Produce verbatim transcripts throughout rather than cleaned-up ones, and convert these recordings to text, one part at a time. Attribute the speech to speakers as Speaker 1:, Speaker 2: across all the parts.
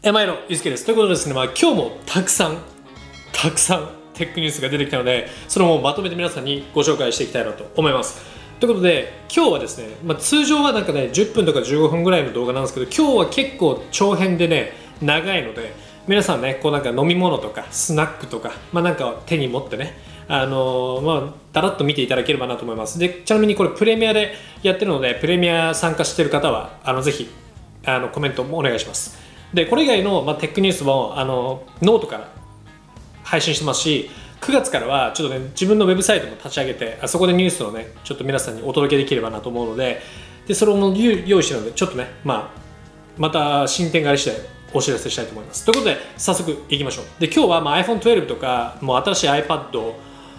Speaker 1: エマイのゆうすけです。ということでですね、まあ、今日もたくさんたくさんテックニュースが出てきたので、それをまとめて皆さんにご紹介していきたいなと思います。ということで今日はですね、まあ、通常はなんかねじゅっぷんとかじゅうごふんぐらいの動画なんですけど、今日は結構長編でね長いので、皆さんねこうなんか飲み物とかスナックとか、まあ、なんか手に持ってねあのー、まあだらっと見ていただければなと思います。でちなみにこれプレミアでやってるので、プレミア参加している方はあのぜひあのコメントもお願いします。でこれ以外の、まあ、テックニュースもあのノートから配信してますし、くがつからはちょっとね自分のウェブサイトも立ち上げて、あそこでニュースをねちょっと皆さんにお届けできればなと思うので、でそれも用意してるので、ちょっとね、まあ、また進展があり次第お知らせしたいと思います。ということで早速いきましょう。で今日は、まあ、アイフォントゥエルブ とかもう新しい iPad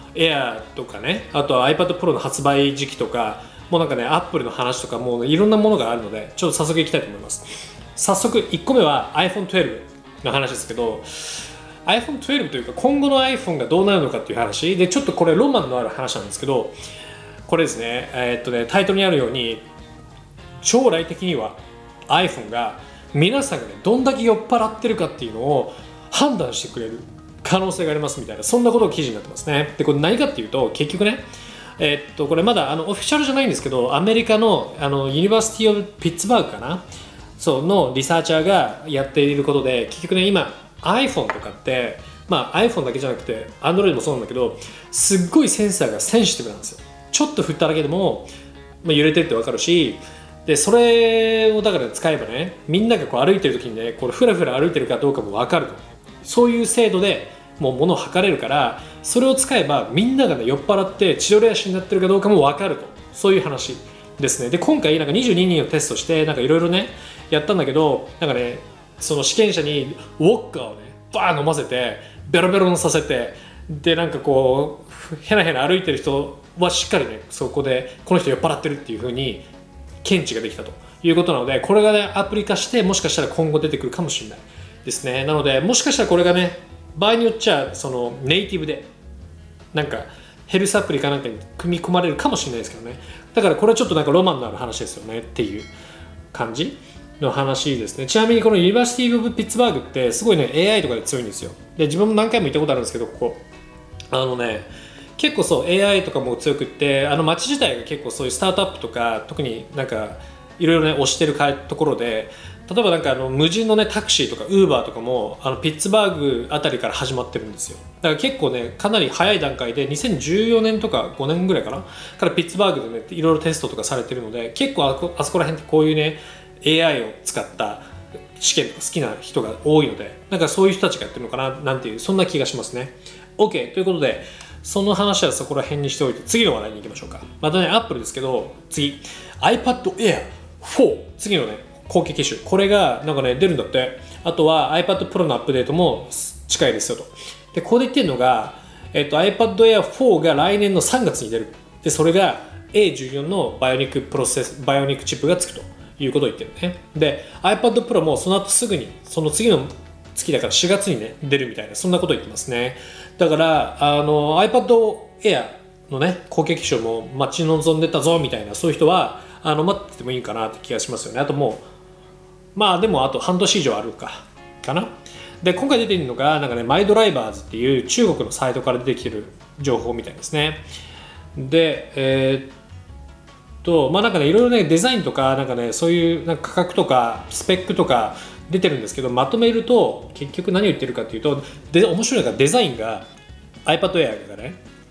Speaker 1: Air とかね、あとは iPad Pro の発売時期とか、もうなんかね Apple の話とかもういろんなものがあるので、ちょっと早速いきたいと思います。早速いっこめは アイフォントゥエルブ の話ですけど、 アイフォントゥエルブ というか今後の iPhone がどうなるのかっていう話で、ちょっとこれロマンのある話なんですけど、これですね、えーっとねタイトルにあるように、将来的には iPhone が皆さんがねどんだけ酔っ払ってるかっていうのを判断してくれる可能性がありますみたいな、そんなことが記事になってますね。でこれ何かっていうと、結局ねえーっとこれまだあのオフィシャルじゃないんですけど、アメリカのあのユニバーシティオブピッツバーグかな、そうのリサーチャーがやっていることで、結局ね今 iPhone とかって、まあ、iPhone だけじゃなくて Android もそうなんだけど、すっごいセンサーがセンシティブなんですよ。ちょっと振っただけでも、まあ、揺れてるって分かるし、でそれをだから使えばね、みんながこう歩いてる時にねこれフラフラ歩いてるかどうかも分かると、そういう精度でもう物を測れるから、それを使えばみんながね酔っ払って血どれ足になってるかどうかも分かると、そういう話ですね。で今回なんかにじゅうににんをテストしてなんかいろいろねやったんだけど、なんかねその試験者にウォッカをねバーン飲ませてベロベロにさせて、でなんかこうヘラヘラ歩いてる人はしっかりねそこでこの人酔っ払ってるっていう風に検知ができたということなので、これがねアプリ化してもしかしたら今後出てくるかもしれないですね。なのでもしかしたらこれがね場合によっちゃそのネイティブでなんかヘルスアプリかなんかに組み込まれるかもしれないですけどね。だからこれはちょっとなんかロマンのある話ですよねっていう感じの話ですね。ちなみにこのユニバーシティ・オブ・ピッツバーグってすごいね エーアイ とかで強いんですよ。で自分も何回も行ったことあるんですけど、ここあのね結構そう エーアイ とかも強くって、あの街自体が結構そういうスタートアップとか特になんかいろいろね推してるところで、例えばなんかあの無人のねタクシーとかウーバーとかもあのピッツバーグあたりから始まってるんですよ。だから結構ねかなり早い段階でにせんじゅうよねんとかごねんぐらいかなからピッツバーグでねいろいろテストとかされてるので、結構あこあそこら辺ってこういうね エーアイ を使った試験とか好きな人が多いので、なんかそういう人たちがやってるのかななんていう、そんな気がしますね。 OK ということで、その話はそこら辺にしておいて次の話題に行きましょうか。またね Apple ですけど、次 iPad Air フォー、次のね後継機種、これがなんかね出るんだって。あとは iPad Pro のアップデートも近いですよと。でここで言ってるのが、えっと、iPad Air フォーが来年のさんがつに出る。でそれが エーじゅうよん のバイオニックプロセスバイオニックチップがつくということを言ってるね。で iPad Pro もその後すぐにその次の月だからしがつにね出るみたいな、そんなことを言ってますね。だからあの iPad Air のね後継機種も待ち望んでたぞみたいな、そういう人はあの待っててもいいかなって気がしますよね。あともうまあでもあと半年以上あるかかな。で今回出ているのがなんかねマイドライバーズっていう中国のサイトから出てきてる情報みたいですね。でえー、っとまあなんかねいろいろねデザインとかなんかねそういうなんか価格とかスペックとか出てるんですけど、まとめると結局何を言ってるかっていうと、で面白いのがデザインが iPad Air がね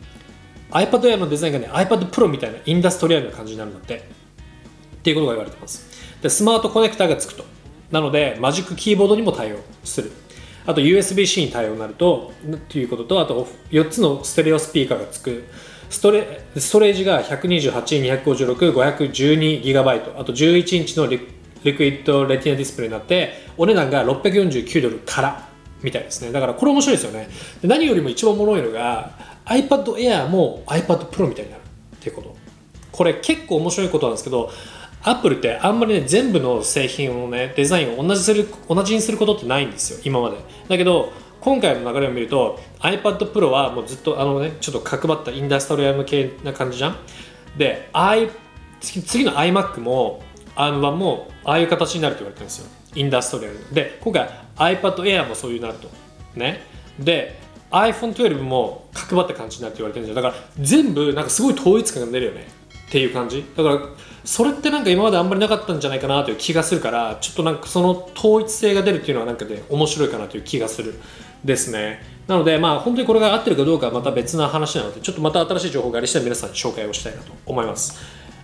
Speaker 1: iPad Air のデザインがね iPad Pro みたいなインダストリアルな感じになるんだってっていうことが言われてます。でスマートコネクタがつくと。なのでマジックキーボードにも対応する。あと ユーエスビーシー に対応になるとということと、あとよっつのステレオスピーカーがつく。ストレストレージがひゃくにじゅうはち、にひゃくごじゅうろく、ごひゃくじゅうにギガバイト、あとじゅういちインチのリリクイッドレティナディスプレイになって、お値段がろっぴゃくよんじゅうきゅうドルからみたいですね。だからこれ面白いですよね。で何よりも一番おもろいのが iPad Air も iPad Pro みたいになるっていうこと。これ結構面白いことなんですけど、アップルってあんまりね全部の製品をねデザインを同じする同じにすることってないんですよ今まで。だけど今回の流れを見ると iPad Pro はもうずっとあのねちょっと角張ったインダストリアル系な感じじゃん。で、I、次の iMac も アームワン もああいう形になると言われてるんですよ。 インダストリアルで、今回 iPad Air もそういうなるとね。で アイフォンじゅうに も角張った感じになって言われてるんじゃん。だから全部なんかすごい統一感が出るよねっていう感じだから、それってなんか今まであんまりなかったんじゃないかなという気がするから、ちょっとなんかその統一性が出るっていうのはなんかね面白いかなという気がするですね。なのでまあ本当にこれが合ってるかどうかはまた別な話なので、ちょっとまた新しい情報があり次第皆さんに紹介をしたいなと思います。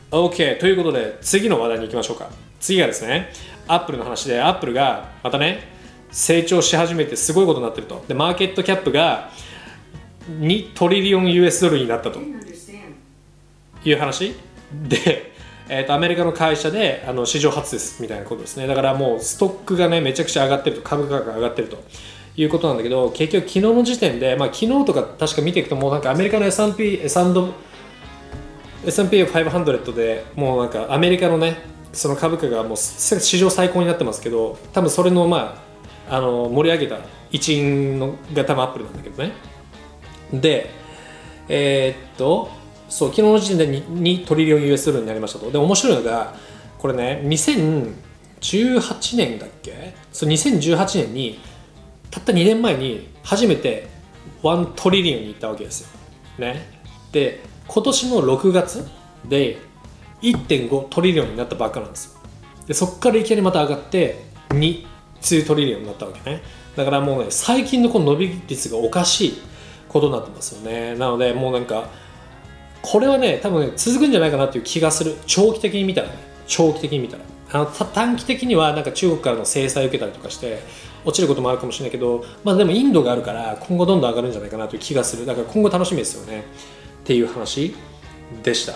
Speaker 1: OK ということで次の話題に行きましょうか。次がですね、アップルの話で、アップルがまたね成長し始めてすごいことになってると。でマーケットキャップがにトリリオン ユーエス ドルになったという話で、えー、とアメリカの会社であの史上初ですみたいなことですね。だからもうストックがねめちゃくちゃ上がってると、株価が上がってるということなんだけど、結局昨日の時点で、まあ、昨日とか確か見ていくともうなんかアメリカの エスアンドピー エスアンド エスアンドピーファイブハンドレッド でもうなんかアメリカのねその株価がもう史上最高になってますけど、多分それのまああの盛り上げた一因のが多分アップルなんだけどね。でえー、っとそう昨日の時点で に, にトリリオン ユーエス ドルになりましたと。で面白いのがこれねにせんじゅうはちねんだっけ、そうにせんじゅうはちねんにたったにねんまえに初めていちトリリオンに行ったわけですよ、ね、で今年のろくがつで いってんごトリリオンになったばっかなんですよ。でそこからいきなりまた上がってにトリリオンになったわけね。だからもうね最近のこの伸び率がおかしいことになってますよね。なのでもうなんかこれはね多分ね続くんじゃないかなっていう気がする。長期的に見たらね長期的に見たらあの短期的にはなんか中国からの制裁を受けたりとかして落ちることもあるかもしれないけど、まあでもインドがあるから今後どんどん上がるんじゃないかなという気がする。だから今後楽しみですよねっていう話でした。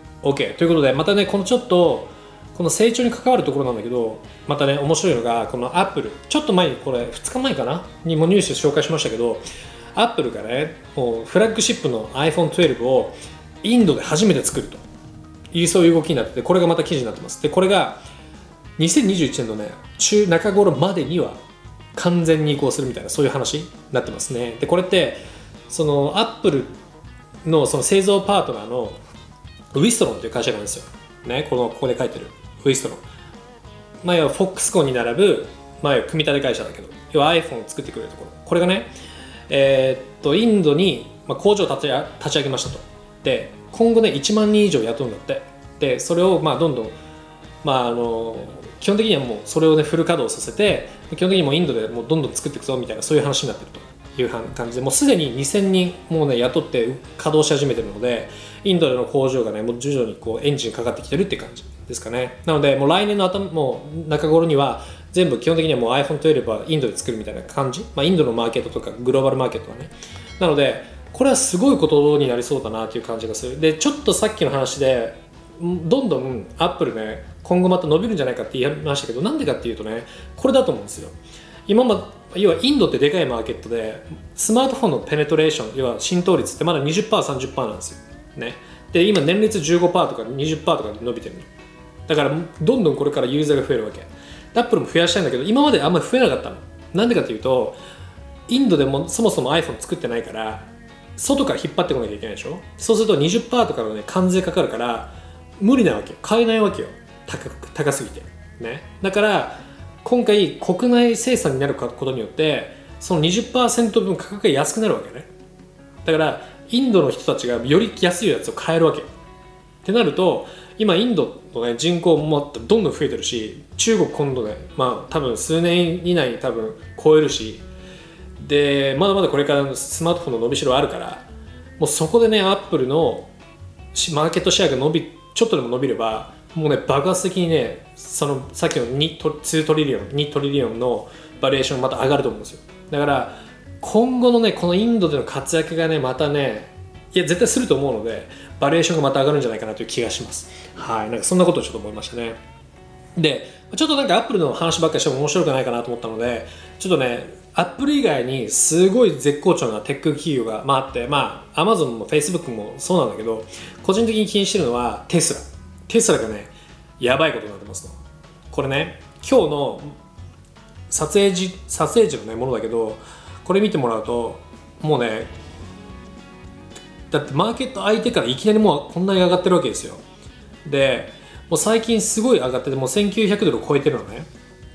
Speaker 1: OK ということでまたねこのちょっとこの成長に関わるところなんだけど、またね面白いのがこのアップル、ちょっと前にこれふつかまえかなにもニュース紹介しましたけど、アップルがねもうフラッグシップの アイフォンじゅうに をインドで初めて作るというそういう動きになってて、これがまた記事になってます。でこれがにせんにじゅういちねんのね中中頃までには完全に移行するみたいなそういう話になってますね。でこれってそのアップルのその製造パートナーのウィストロンという会社があるんですよ、ね、このここで書いてるウィストロン、まあ、要はフォックスコンに並ぶ、まあ、組み立て会社だけど要は iPhone を作ってくれるところ、これがね、えー、っとインドに工場を立ち立ち上げましたと。で今後ねいちまんにん以上雇うんだって。でそれをまあどんどん、まあ、あの基本的にはもうそれをねフル稼働させて基本的にもうインドでもうどんどん作っていくぞみたいなそういう話になってるという感じで、もうすでににせんにんもうね雇って稼働し始めてるので、インドでの工場がねもう徐々にこうエンジンかかってきてるって感じですかね。なのでもう来年の頭もう中頃には全部基本的にはもう アイフォンじゅうに はインドで作るみたいな感じ、まあ、インドのマーケットとかグローバルマーケットはね。なのでこれはすごいことになりそうだなという感じがする。でちょっとさっきの話でどんどんアップルね今後また伸びるんじゃないかって言いましたけど、なんでかっていうとねこれだと思うんですよ。今ま要はインドってでかいマーケットでスマートフォンのペネトレーション要は浸透率ってまだ にじゅっパーセントさんじゅっパーセント なんですよ、ね、で今年率 じゅうごパーセント とか にじゅっパーセント とかで伸びてるのだからどんどんこれからユーザーが増えるわけ。アップルも増やしたいんだけど今まであんまり増えなかったの。なんでかっていうとインドでもそもそも iPhone 作ってないから外から引っ張ってこなきゃいけないでしょ。そうすると にじゅっパーセント とかの、ね、関税かかるから無理なわけよ。買えないわけよ 高, 高すぎて、ね、だから今回国内生産になることによってその にじゅっパーセント 分価格が安くなるわけね。だからインドの人たちがより安いやつを買えるわけってなると、今インドの、ね、人口もどんどん増えてるし、中国今度ね、まあ多分数年以内に多分超えるし、でまだまだこれからスマートフォンの伸びしろあるから、もうそこでねアップルのマーケットシェアが伸びちょっとでも伸びればもうね爆発的にねそのさっきのにトリリオンにトリリオンのバリエーションまた上がると思うんですよ。だから今後のねこのインドでの活躍がねまたねいや絶対すると思うのでバリエーションがまた上がるんじゃないかなという気がします。はい、なんかそんなことをちょっと思いましたね。でちょっとなんかアップルの話ばっかりしても面白くないかなと思ったので、ちょっとねアップル以外にすごい絶好調なテック企業が、まあ、あって、まあ Amazon も Facebook もそうなんだけど、個人的に気にしてるのはテスラ。テスラがねやばいことになってますの。これね今日の撮影時撮影時の、ね、ものだけど、これ見てもらうともうねだってマーケット開いてからいきなりもうこんなに上がってるわけですよ。でもう最近すごい上がっててもうせんきゅうひゃくドルを超えてるのね。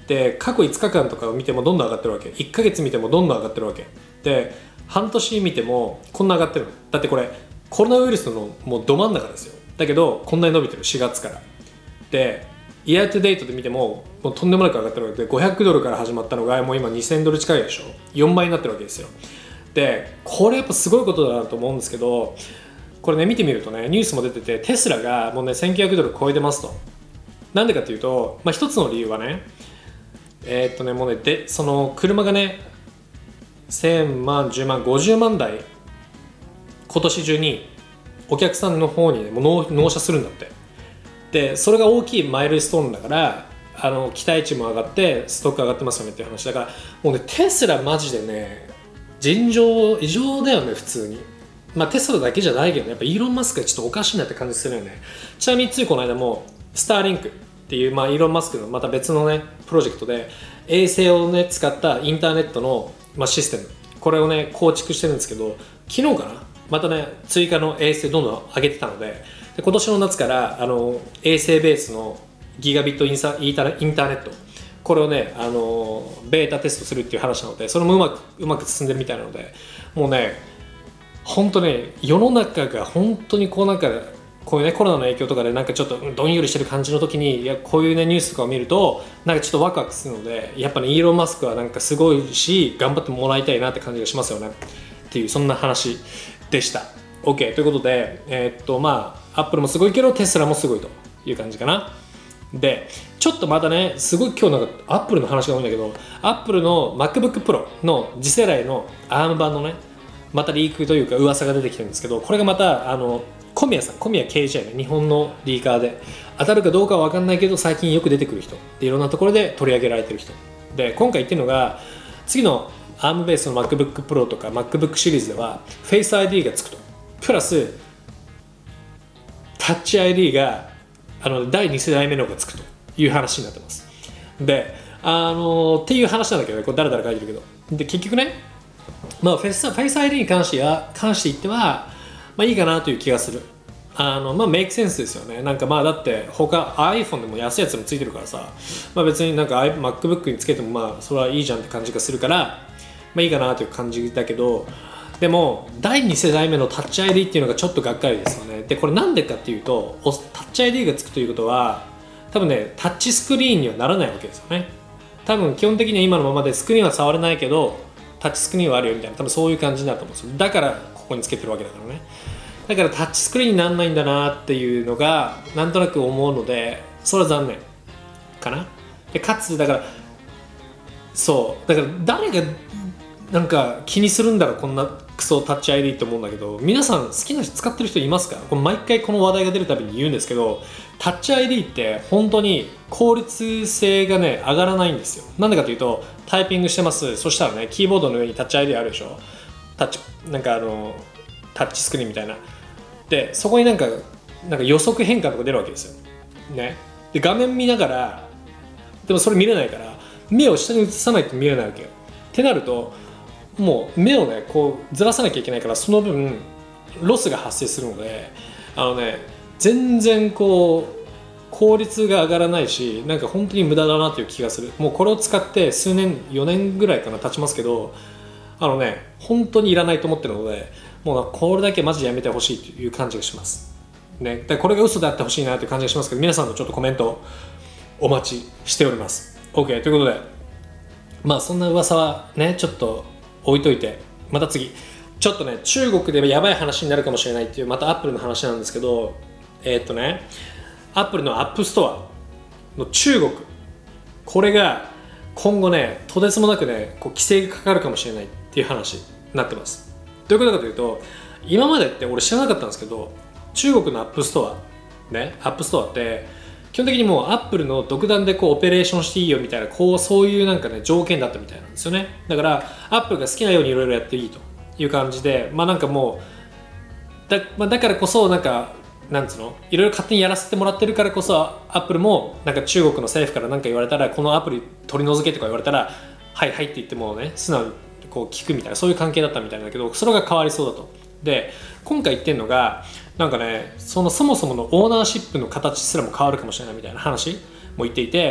Speaker 1: で過去いつかかんとかを見てもどんどん上がってるわけ、いっかげつ見てもどんどん上がってるわけで、半年見てもこんな上がってるの。だってこれコロナウイルスのもうど真ん中ですよ。だけどこんなに伸びてる、しがつからで、イヤートゥデイトで見てももうとんでもなく上がってるわけで、ごひゃくドルから始まったのがもう今にせんドル近いでしょ。よんばいになってるわけですよ。でこれやっぱすごいことだなと思うんですけど、これね見てみるとね、ニュースも出てて、テスラがもうねせんきゅうひゃくドル超えてますと。なんでかっていうと、まあ、一つの理由はね、えー、っとねもうねでその車がねせんまんじゅうまんごじゅうまんだい今年中にお客さんの方に、ね、もう 納, 納車するんだって。でそれが大きいマイルストーンだから、あの期待値も上がってストック上がってますよねっていう話だから、もうねテスラマジでね尋常異常だよね普通に。まあテスラだけじゃないけど、ね、やっぱイーロン・マスクがちょっとおかしいなって感じするよね。ちなみについこの間もスターリンクっていう、まあ、イーロン・マスクのまた別のねプロジェクトで衛星をね使ったインターネットの、まあ、システム、これをね構築してるんですけど、昨日かなまたね追加の衛星どんどん上げてたので、で今年の夏からあの衛星ベースのギガビットインサインターネット、これをねあのベータテストするっていう話なので、それもうまくうまく進んでるみたいなので、もうね本当ね世の中が本当にこうなんかこういうねコロナの影響とかでなんかちょっとどんよりしてる感じの時に、いやこういうねニュースとかを見るとなんかちょっとワクワクするので、やっぱねイーロン・マスクはなんかすごいし頑張ってもらいたいなって感じがしますよねっていう、そんな話でした。 OK ということで、えー、っとまあアップルもすごいけどテスラもすごいという感じかな。でちょっとまたねすごい今日なんかアップルの話が多いんだけど、アップルの MacBook Pro の次世代の アーム 版のねまたリークというか噂が出てきてるんですけど、これがまたあの小宮さん、小宮ケージェーね、日本のリーカーで当たるかどうかは分かんないけど最近よく出てくる人で、いろんなところで取り上げられてる人で、今回言ってるのが次の アーム ベースの MacBook Pro とか MacBook シリーズでは Face アイディー がつくと、プラスタッチ アイディー があのだいに世代目のがつくという話になってます。であのっていう話なんだけど、ね、これ誰々書いてるけど、で結局ね、まあ、フェイス アイディー に関しては関して言っては、まあ、いいかなという気がする。あのまあメイクセンスですよね。なんかまあだって他 iPhone でも安いやつもついてるからさ、まあ、別になんか MacBook につけてもまあそれはいいじゃんって感じがするから、まあいいかなという感じだけど、でもだいに世代目のタッチ アイディー っていうのがちょっとがっかりですよね。でこれなんでかっていうと、タッチ アイディー がつくということは多分ねタッチスクリーンにはならないわけですよね。多分基本的には今のままでスクリーンは触れないけどタッチスクリーンはあるよみたいな、多分そういう感じになると思うんですよ。だからここにつけてるわけだからね。だからタッチスクリーンにならないんだなっていうのがなんとなく思うので、それは残念かな。でかつだからそうだから誰がなんか気にするんだろうこんなクソタッチ アイディー って思うんだけど、皆さん好きな人使ってる人いますか？これ毎回この話題が出るたびに言うんですけど、タッチ アイディー って本当に効率性がね上がらないんですよ。なんでかというとタイピングしてます、そしたらねキーボードの上にタッチ アイディー あるでしょ。タッチなんかあのタッチスクリーンみたいなで、そこになんかなんか予測変換とか出るわけですよね。で画面見ながらでもそれ見れないから目を下に移さないと見れないわけよ。ってなるともう目をねこうずらさなきゃいけないから、その分ロスが発生するので、あのね全然こう効率が上がらないし、なんか本当に無駄だなという気がする。もうこれを使って数年よねんぐらいかな経ちますけど、あのね本当にいらないと思ってるので、もうこれだけマジでやめてほしいという感じがしますね。でこれが嘘であってほしいなという感じがしますけど、皆さんのちょっとコメントお待ちしております。 OK ということで、まあそんな噂はねちょっと置いといて、また次ちょっとね中国でやばい話になるかもしれないっていうまたアップルの話なんですけど、えー、っとねアップルのアップストアの中国、これが今後ねとてつもなくねこう規制がかかるかもしれないっていう話になってます。どういうことかというと、今までって俺知らなかったんですけど、中国のアップストアねアップストアって基本的にもうアップルの独断でこうオペレーションしていいよみたいな、こうそういうなんかね条件だったみたいなんですよね。だからアップルが好きなようにいろいろやっていいという感じで、まあなんかもう だ,、まあ、だからこそなんかなんつうのいろいろ勝手にやらせてもらってるからこそ、アップルもなんか中国の政府から何か言われたら、このアプリ取り除けとか言われたらはいはいって言ってもね素直にこう聞くみたいな、そういう関係だったみたいなんだけど、それが変わりそうだと。で今回言ってるのがなんかねそのそもそものオーナーシップの形すらも変わるかもしれないみたいな話も言っていて、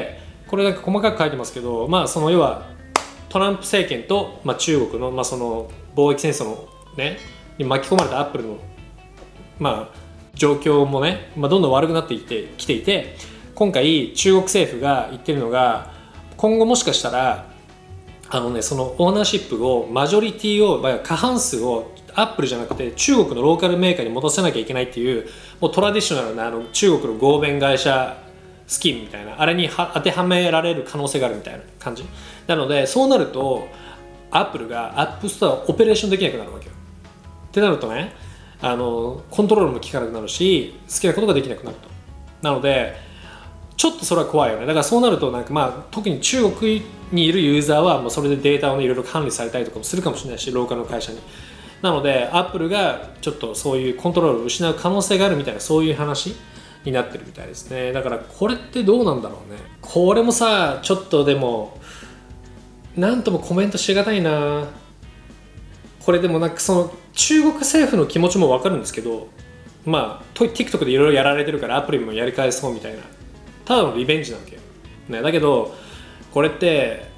Speaker 1: これなんか細かく書いてますけど、まあその要はトランプ政権と、まあ、中国の、まあ、その貿易戦争のねに巻き込まれたアップルのまあ状況もね、まあ、どんどん悪くなっていってきていて、今回中国政府が言ってるのが、今後もしかしたらあのねそのオーナーシップをマジョリティを、まあ、過半数をアップルじゃなくて中国のローカルメーカーに持たせなきゃいけないっていう、もうトラディショナルなあの中国の合弁会社スキームみたいな、あれには当てはめられる可能性があるみたいな感じなので、そうなるとアップルがアップストアをオペレーションできなくなるわけよ。ってなるとね、あのコントロールも効かなくなるし、好きなことができなくなると。なのでちょっとそれは怖いよね。だからそうなるとなんか、まあ、特に中国にいるユーザーはもうそれでデータを、ね、いろいろ管理されたりとかもするかもしれないし、ローカルの会社に。なのでアップルがちょっとそういうコントロールを失う可能性があるみたいな、そういう話になってるみたいですね。だからこれってどうなんだろうね。これもさ、ちょっとでもなんともコメントしがたいな。これでもなんかその中国政府の気持ちも分かるんですけど、まあ TikTok でいろいろやられてるからアプリもやり返そうみたいな、ただのリベンジなわけよ、ね、だけどこれって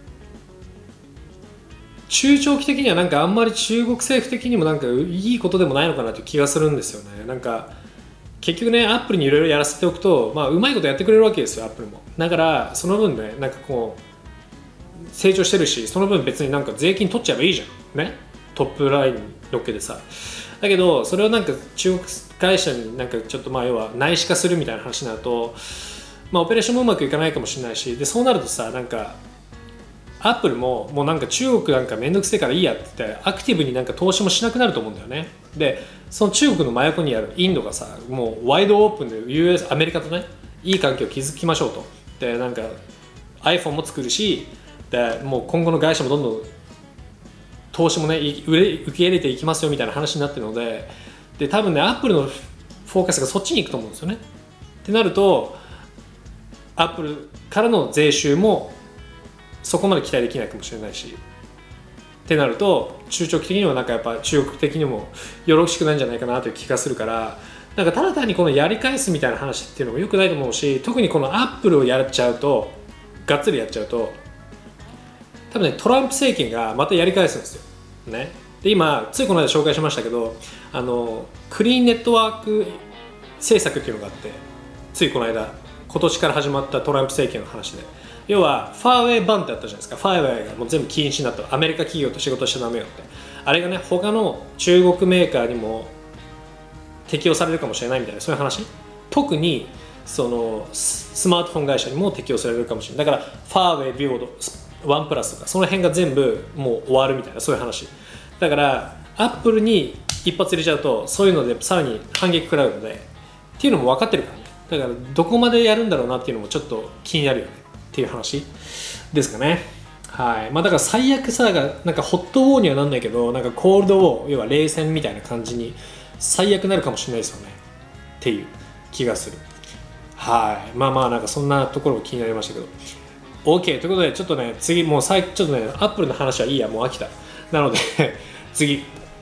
Speaker 1: 中長期的にはなんかあんまり中国政府的にもなんかいいことでもないのかなという気がするんですよね。なんか結局ね、アップルにいろいろやらせておくと、まあ、うまいことやってくれるわけですよ、アップルも。だからその分ね、なんかこう成長してるし、その分別になんか税金取っちゃえばいいじゃんね、トップラインに乗っけてさ。だけどそれをなんか中国会社になんかちょっとまあ要は内視化するみたいな話になると、まあ、オペレーションもうまくいかないかもしれないし、でそうなるとさ、なんかアップルももうなんか中国なんかめんどくせえからいいやって言ってアクティブになんか投資もしなくなると思うんだよね。でその中国の真横にあるインドがさ、もうワイドオープンで ユーエス アメリカとねいい関係を築きましょうと。でなんか iPhone も作るし、でもう今後の会社もどんどん投資もね受け入れていきますよみたいな話になってるので、で多分ねアップルのフォーカスがそっちに行くと思うんですよね。ってなるとアップルからの税収もそこまで期待できないかもしれないし、ってなると中長期的にはなんかやっぱ中国的にもよろしくないんじゃないかなという気がするから、なんかただ単にこのやり返すみたいな話っていうのも良くないと思うし、特にこのアップルをやっちゃうと、がっつりやっちゃうと多分ねトランプ政権がまたやり返すんですよね。で今ついこの間紹介しましたけど、あのクリーンネットワーク政策っていうのがあって、ついこの間今年から始まったトランプ政権の話で、要はファーウェイバンってあったじゃないですか。ファーウェイがもう全部禁止になった、アメリカ企業と仕事しちゃダメよって。あれがね他の中国メーカーにも適用されるかもしれないみたいな、そういう話。特にそのスマートフォン会社にも適用されるかもしれない。だからファーウェイ、ビオード、ワンプラスとかその辺が全部もう終わるみたいな、そういう話だから、アップルに一発入れちゃうとそういうのでさらに反撃食らうのでっていうのも分かってるからね。だからどこまでやるんだろうなっていうのもちょっと気になるよねっていう話ですかね。はい。まあだから最悪さ、なんかホットウォーにはなんないけど、なんかコールドウォー、要は冷戦みたいな感じに最悪なるかもしれないですよねっていう気がする。はい。まあまあなんかそんなところも気になりましたけど、 OK ということで、ちょっとね次もう最ちょっとねアップルの話はいいや、もう飽きた。なので次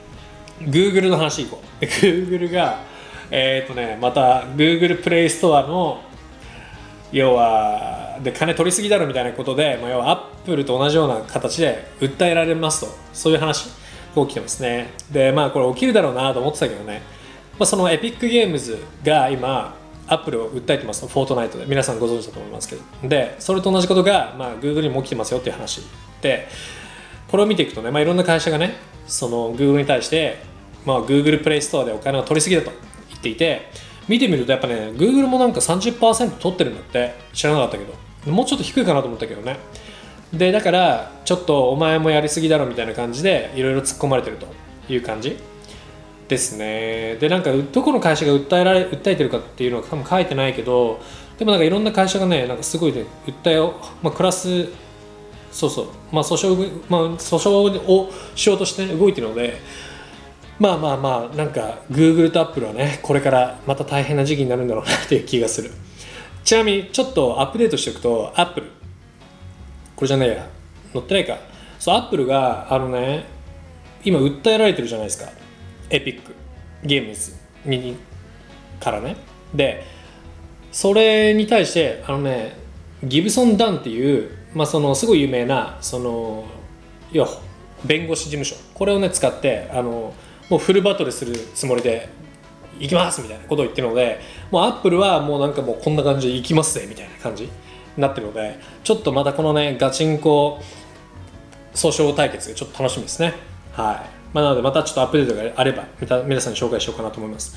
Speaker 1: Google の話いこう。Google がえっ、ー、とねまた Google プレイストアの要はで金取りすぎだろみたいなことで、まあ、要はアップルと同じような形で訴えられますと、そういう話が起きてますね。でまあこれ起きるだろうなと思ってたけどね、まあ、そのエピックゲームズが今アップルを訴えてますと、フォートナイトで皆さんご存知だと思いますけど、でそれと同じことが、まあ、Google にも起きてますよっていう話で、これを見ていくとね、まあ、いろんな会社がねその Google に対して、まあ、Google プレイストアでお金を取りすぎだと言っていて、見てみるとやっぱね Google もなんか さんじゅっパーセント 取ってるんだって。知らなかったけど、もうちょっと低いかなと思ったけどね。でだからちょっとお前もやりすぎだろみたいな感じでいろいろ突っ込まれてるという感じですね。でなんかどこの会社が訴えられ訴えてるかっていうのは多分書いてないけど、でもなんかいろんな会社がねなんかすごいね訴えを、まあ、クラスそうそうまあ訴訟、まあ、訴訟をしようとして、ね、動いてるので、まあまあまあなんか Google と Apple はねこれからまた大変な時期になるんだろうなっていう気がする。ちなみにちょっとアップデートしておくと Apple これじゃねえや載ってないか、そう Apple があのね今訴えられてるじゃないですか、エピックゲームズにからね。でそれに対してあのねギブソン・ダンっていう、まあ、そのすごい有名なその要は弁護士事務所、これをね使ってあのもうフルバトルするつもりで行きますみたいなことを言ってるので、もうアップルはもうなんかもうこんな感じで行きますぜみたいな感じになってるので、ちょっとまたこのねガチンコ訴訟対決がちょっと楽しみですね。はい、まあ、なのでまたちょっとアップデートがあればまた皆さんに紹介しようかなと思います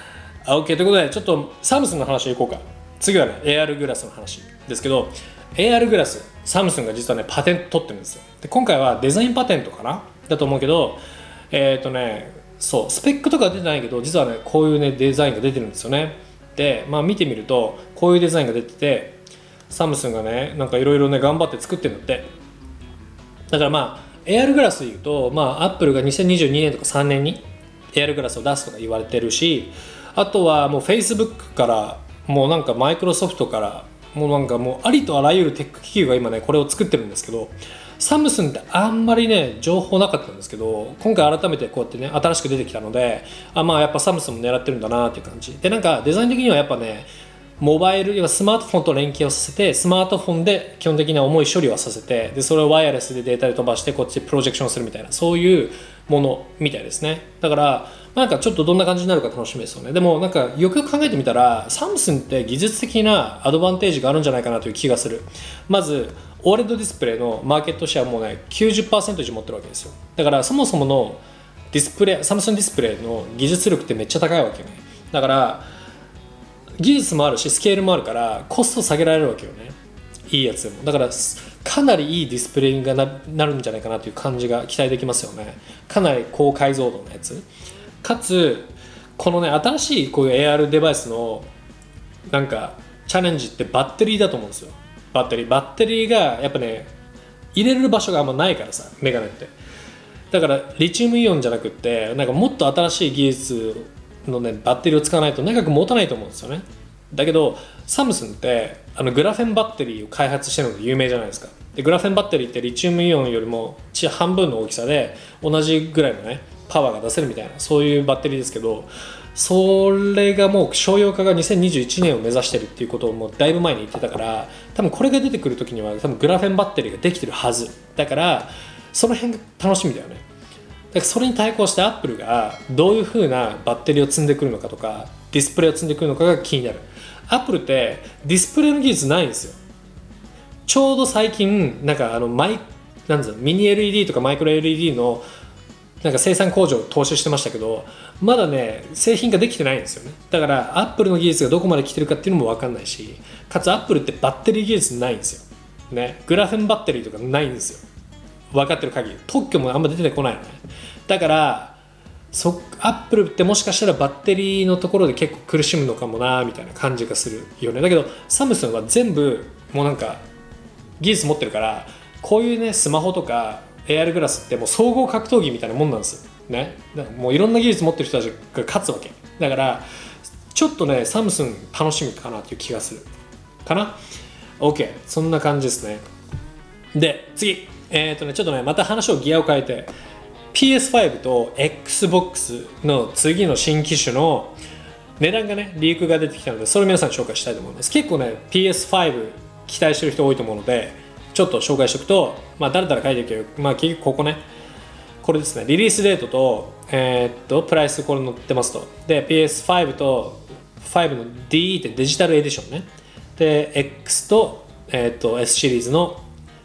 Speaker 1: 。OK ということで、ちょっとサムスンの話いこうか。次はね エーアール グラスの話ですけど、 エーアール グラスサムスンが実はねパテント取ってるんですよ。で今回はデザインパテントかなだと思うけど、えっ、ー、とねそうスペックとかは出てないけど、実はねこういうねデザインが出てるんですよね。でまあ見てみるとこういうデザインが出てて、サムスンがねなんかいろいろね頑張って作ってるんだって。だからまあ エーアール グラスでいうと、まあアップルがにせんにじゅうにねんとかさんねんに エーアール グラスを出すとか言われてるし、あとはもう Facebook からもうなんかマイクロソフトからもうなんかもうありとあらゆるテック企業が今ねこれを作ってるんですけど、サムスンってあんまりね情報なかったんですけど、今回改めてこうやってね新しく出てきたので、あまあやっぱサムスンも狙ってるんだなっていう感じで、なんかデザイン的にはやっぱねモバイル要はスマートフォンと連携をさせて、スマートフォンで基本的な重い処理をさせて、でそれをワイヤレスでデータで飛ばしてこっちでプロジェクションするみたいな、そういうものみたいですね。だからなんかちょっとどんな感じになるか楽しみですよね。でもなんかよくよく考えてみたらサムスンって技術的なアドバンテージがあるんじゃないかなという気がする。まず オーエルイーディー ディスプレイのマーケットシェアもうね きゅうじゅっパーセント 以上持ってるわけですよ。だからそもそものディスプレイサムスンディスプレイの技術力ってめっちゃ高いわけよね。だから技術もあるしスケールもあるからコスト下げられるわけよね、いいやつでも。だからかなりいいディスプレイが な, なるんじゃないかなという感じが期待できますよね。かなり高解像度のやつかつ、このね新しいこういう エーアール デバイスのなんかチャレンジってバッテリーだと思うんですよ。バッテリーバッテリーがやっぱね入れれる場所があんまないからさ、メガネって。だからリチウムイオンじゃなくってなんかもっと新しい技術のねバッテリーを使わないと長く持たないと思うんですよね。だけどサムスンってあのグラフェンバッテリーを開発してるので有名じゃないですか。でグラフェンバッテリーってリチウムイオンよりも半分の大きさで同じぐらいのねパワーが出せるみたいな、そういうバッテリーですけど、それがもう商用化がにせんにじゅういちねんを目指してるっていうことをもうだいぶ前に言ってたから、多分これが出てくる時には多分グラフェンバッテリーができてるはずだから、その辺が楽しみだよね。だからそれに対抗してアップルがどういう風なバッテリーを積んでくるのかとかディスプレイを積んでくるのかが気になる。アップルってディスプレイの技術ないんですよ。ちょうど最近なんかあのマイなんですかミニ エルイーディー とかマイクロ エルイーディー のなんか生産工場を投資してましたけど、まだね製品ができてないんですよね。だからアップルの技術がどこまで来てるかっていうのも分かんないし、かつアップルってバッテリー技術ないんですよ、ね、グラフェンバッテリーとかないんですよ、分かってる限り。特許もあんま出てこないのね。だからそアップルってもしかしたらバッテリーのところで結構苦しむのかもなみたいな感じがするよね。だけどサムスンは全部もうなんか技術持ってるから、こういうねスマホとか エーアール グラスってもう総合格闘技みたいなもんなんですよね。だからもういろんな技術持ってる人たちが勝つわけだから、ちょっとねサムスン楽しみかなっていう気がするかな。 OK、 そんな感じですね。で次えーとね、ちょっとねまた話をギアを変えて ピーエスファイブ と Xbox の次の新機種の値段がねリークが出てきたので、それを皆さんに紹介したいと思います。結構ね ピーエスファイブ 期待してる人多いと思うのでちょっと紹介しておくと、まあ誰々書いてるけど、まあ結局ここねこれですね、リリースデートとえー、っとプライスこれ載ってますと。で ピーエスファイブ とファイブの ディー ってデジタルエディションね、で X と,、えー、っと S シリーズの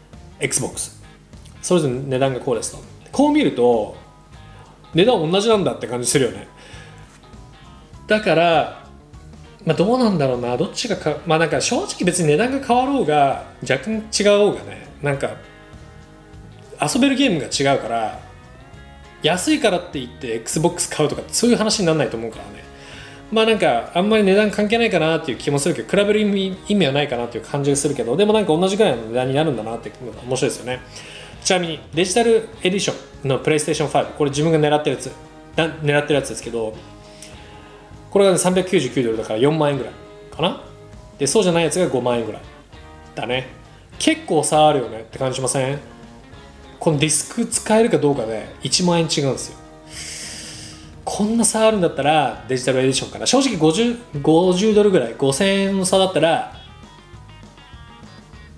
Speaker 1: Xbox、それぞれ値段がこうですと。こう見ると値段同じなんだって感じするよね。だから、まあ、どうなんだろうな、どっちがか、まあなんか正直別に値段が変わろうが若干違おうがね、なんか遊べるゲームが違うから、安いからって言って Xbox 買うとかそういう話にならないと思うからね。まあなんかあんまり値段関係ないかなっていう気もするけど、比べる意味、意味はないかなっていう感じがするけど、でもなんか同じぐらいの値段になるんだなっていうのが面白いですよね。ちなみにデジタルエディションのプレイステーションファイブ、これ自分が狙ってるやつ狙ってるやつですけど、これが、ね、さんびゃくきゅうじゅうきゅうドルだからよんまんえんぐらいかな。でそうじゃないやつがごまんえんぐらいだね。結構差あるよねって感じしません？このディスク使えるかどうかでいちまんえん違うんですよ。こんな差あるんだったらデジタルエディションかな。正直 50, 50ドルぐらいごせんえんの差だったら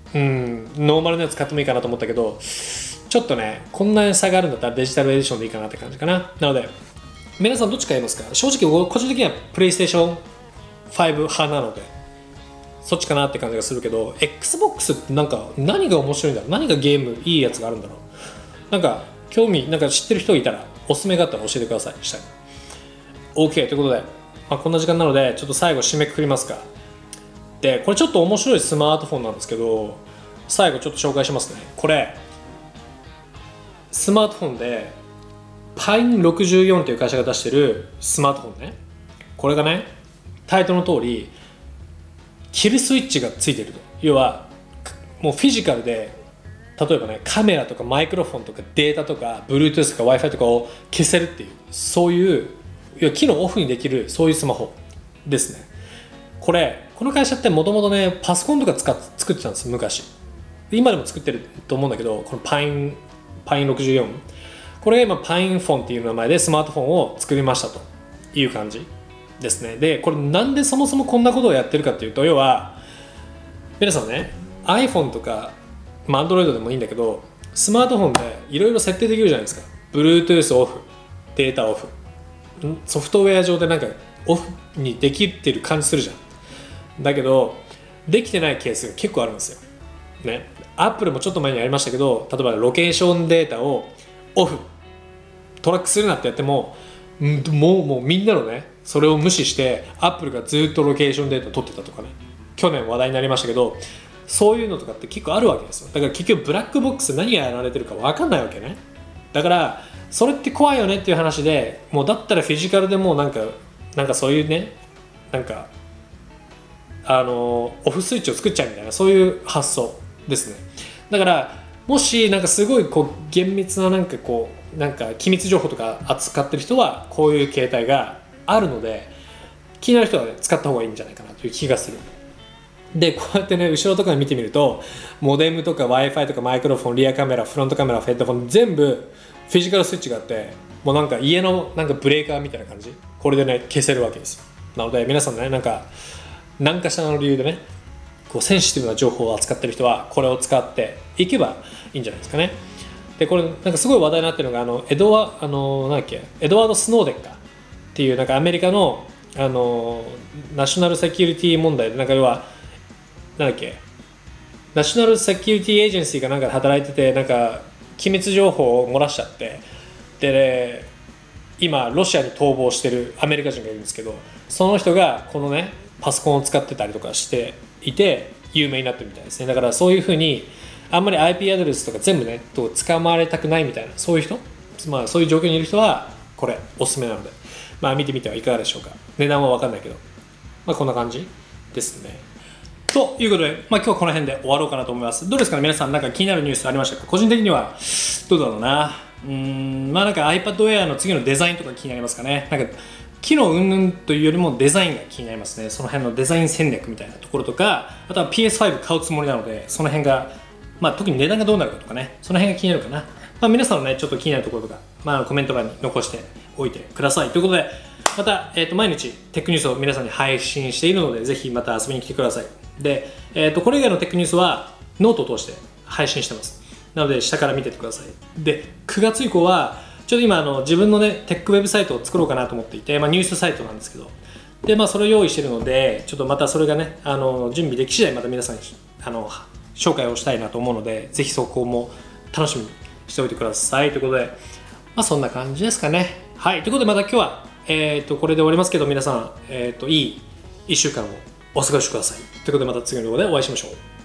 Speaker 1: うん、ノーマルのやつ買ってもいいかなと思ったけど、ちょっとね、こんなに差があるんだったらデジタルエディションでいいかなって感じかな。なので、皆さんどっち買いますか？正直、個人的にはプレイステーションファイブ派なので、そっちかなって感じがするけど、Xbox ってなんか何が面白いんだろう？何がゲームいいやつがあるんだろう？なんか興味、なんか知ってる人いたら、おすすめがあったら教えてください。したい。OK ということで、まあ、こんな時間なので、ちょっと最後締めくくりますか。で、これちょっと面白いスマートフォンなんですけど、最後ちょっと紹介しますね。これ、スマートフォンで、パインろくじゅうよんという会社が出してるスマートフォンね。これがね、タイトルの通り、キルスイッチがついてると。要は、もうフィジカルで、例えばね、カメラとかマイクロフォンとかデータとか Bluetooth とか Wi-Fi とかを消せるっていう、そういう、要は機能オフにできる、そういうスマホですね。これ、この会社ってもともとね、パソコンとか使っ作ってたんです、昔。今でも作ってると思うんだけど、このパイン、パインろくじゅうよん。これが今、パインフォンっていう名前でスマートフォンを作りましたという感じですね。で、これなんでそもそもこんなことをやってるかっていうと、要は、皆さんね、iPhone とか、まあ、Android でもいいんだけど、スマートフォンでいろいろ設定できるじゃないですか。Bluetooth オフ、データオフ。ソフトウェア上でなんかオフにできてる感じするじゃん。だけど、できてないケースが結構あるんですよ。ね。Apple もちょっと前にやりましたけど、例えばロケーションデータをオフ、トラックするなってやっても、もう、もうみんなのね、それを無視して、Apple がずっとロケーションデータを取ってたとかね。去年話題になりましたけど、そういうのとかって結構あるわけですよ。だから結局ブラックボックス何がやられてるか分かんないわけね。だからそれって怖いよねっていう話で、もうだったらフィジカルでもうなんかなんかそういうね、なんかあのオフスイッチを作っちゃうみたいな、そういう発想ですね。だからもしなんかすごいこう厳密ななんかこうなんか機密情報とか扱ってる人はこういう携帯があるので、気になる人は、ね、使った方がいいんじゃないかなという気がする。で、こうやってね、後ろとか見てみると、モデムとか Wi-Fi とかマイクロフォン、リアカメラ、フロントカメラ、ヘッドフォン、全部フィジカルスイッチがあって、もうなんか家のなんかブレーカーみたいな感じ、これでね、消せるわけです。なので、皆さんね、なんか、何かしらの理由でね、こうセンシティブな情報を扱ってる人は、これを使っていけばいいんじゃないですかね。で、これ、なんかすごい話題になってるのが、あの、エドワ、あの、なんだっけ、エドワード・スノーデンかっていう、なんかアメリカの、あの、ナショナルセキュリティ問題で、なんか要は、なんだっけナショナルセキュリティエージェンシーがなんかで働いてて、なんか機密情報を漏らしちゃって、で、ね、今ロシアに逃亡してるアメリカ人がいるんですけど、その人がこのねパソコンを使ってたりとかしていて有名になってるみたいですね。だからそういうふうにあんまり アイピー アドレスとか全部ねと使われたくないみたいな、そういう人、まあそういう状況にいる人はこれおすすめなので、まあ見てみてはいかがでしょうか。値段は分かんないけど、まあこんな感じですね。ということで、まあ、今日はこの辺で終わろうかなと思います。どうですかね、皆さん、なんか気になるニュースありましたか？個人的には、どうだろうな。うーん、まあなんか iPad Air の次のデザインとか気になりますかね。なんか、機能云々というよりもデザインが気になりますね。その辺のデザイン戦略みたいなところとか、あとは ピーエスファイブ 買うつもりなので、その辺が、まあ特に値段がどうなるかとかね、その辺が気になるかな。まあ皆さんのね、ちょっと気になるところとか、まあコメント欄に残しておいてください。ということで、また、えー、と毎日テックニュースを皆さんに配信しているので、ぜひまた遊びに来てください。で、えー、とこれ以外のテックニュースはノートを通して配信してます。なので下から見ててください。で、くがつ以降はちょっと今あの自分のねテックウェブサイトを作ろうかなと思っていて、まあ、ニュースサイトなんですけど、で、まあ、それを用意しているので、ちょっとまたそれがねあの準備でき次第また皆さんにあの紹介をしたいなと思うので、ぜひそこも楽しみにしておいてくださいということで、まあ、そんな感じですかね。はい、ということでまた今日は、えー、とこれで終わりますけど、皆さん、えー、といいいっしゅうかんをお過ごしください。ということでまた次の動画でお会いしましょう。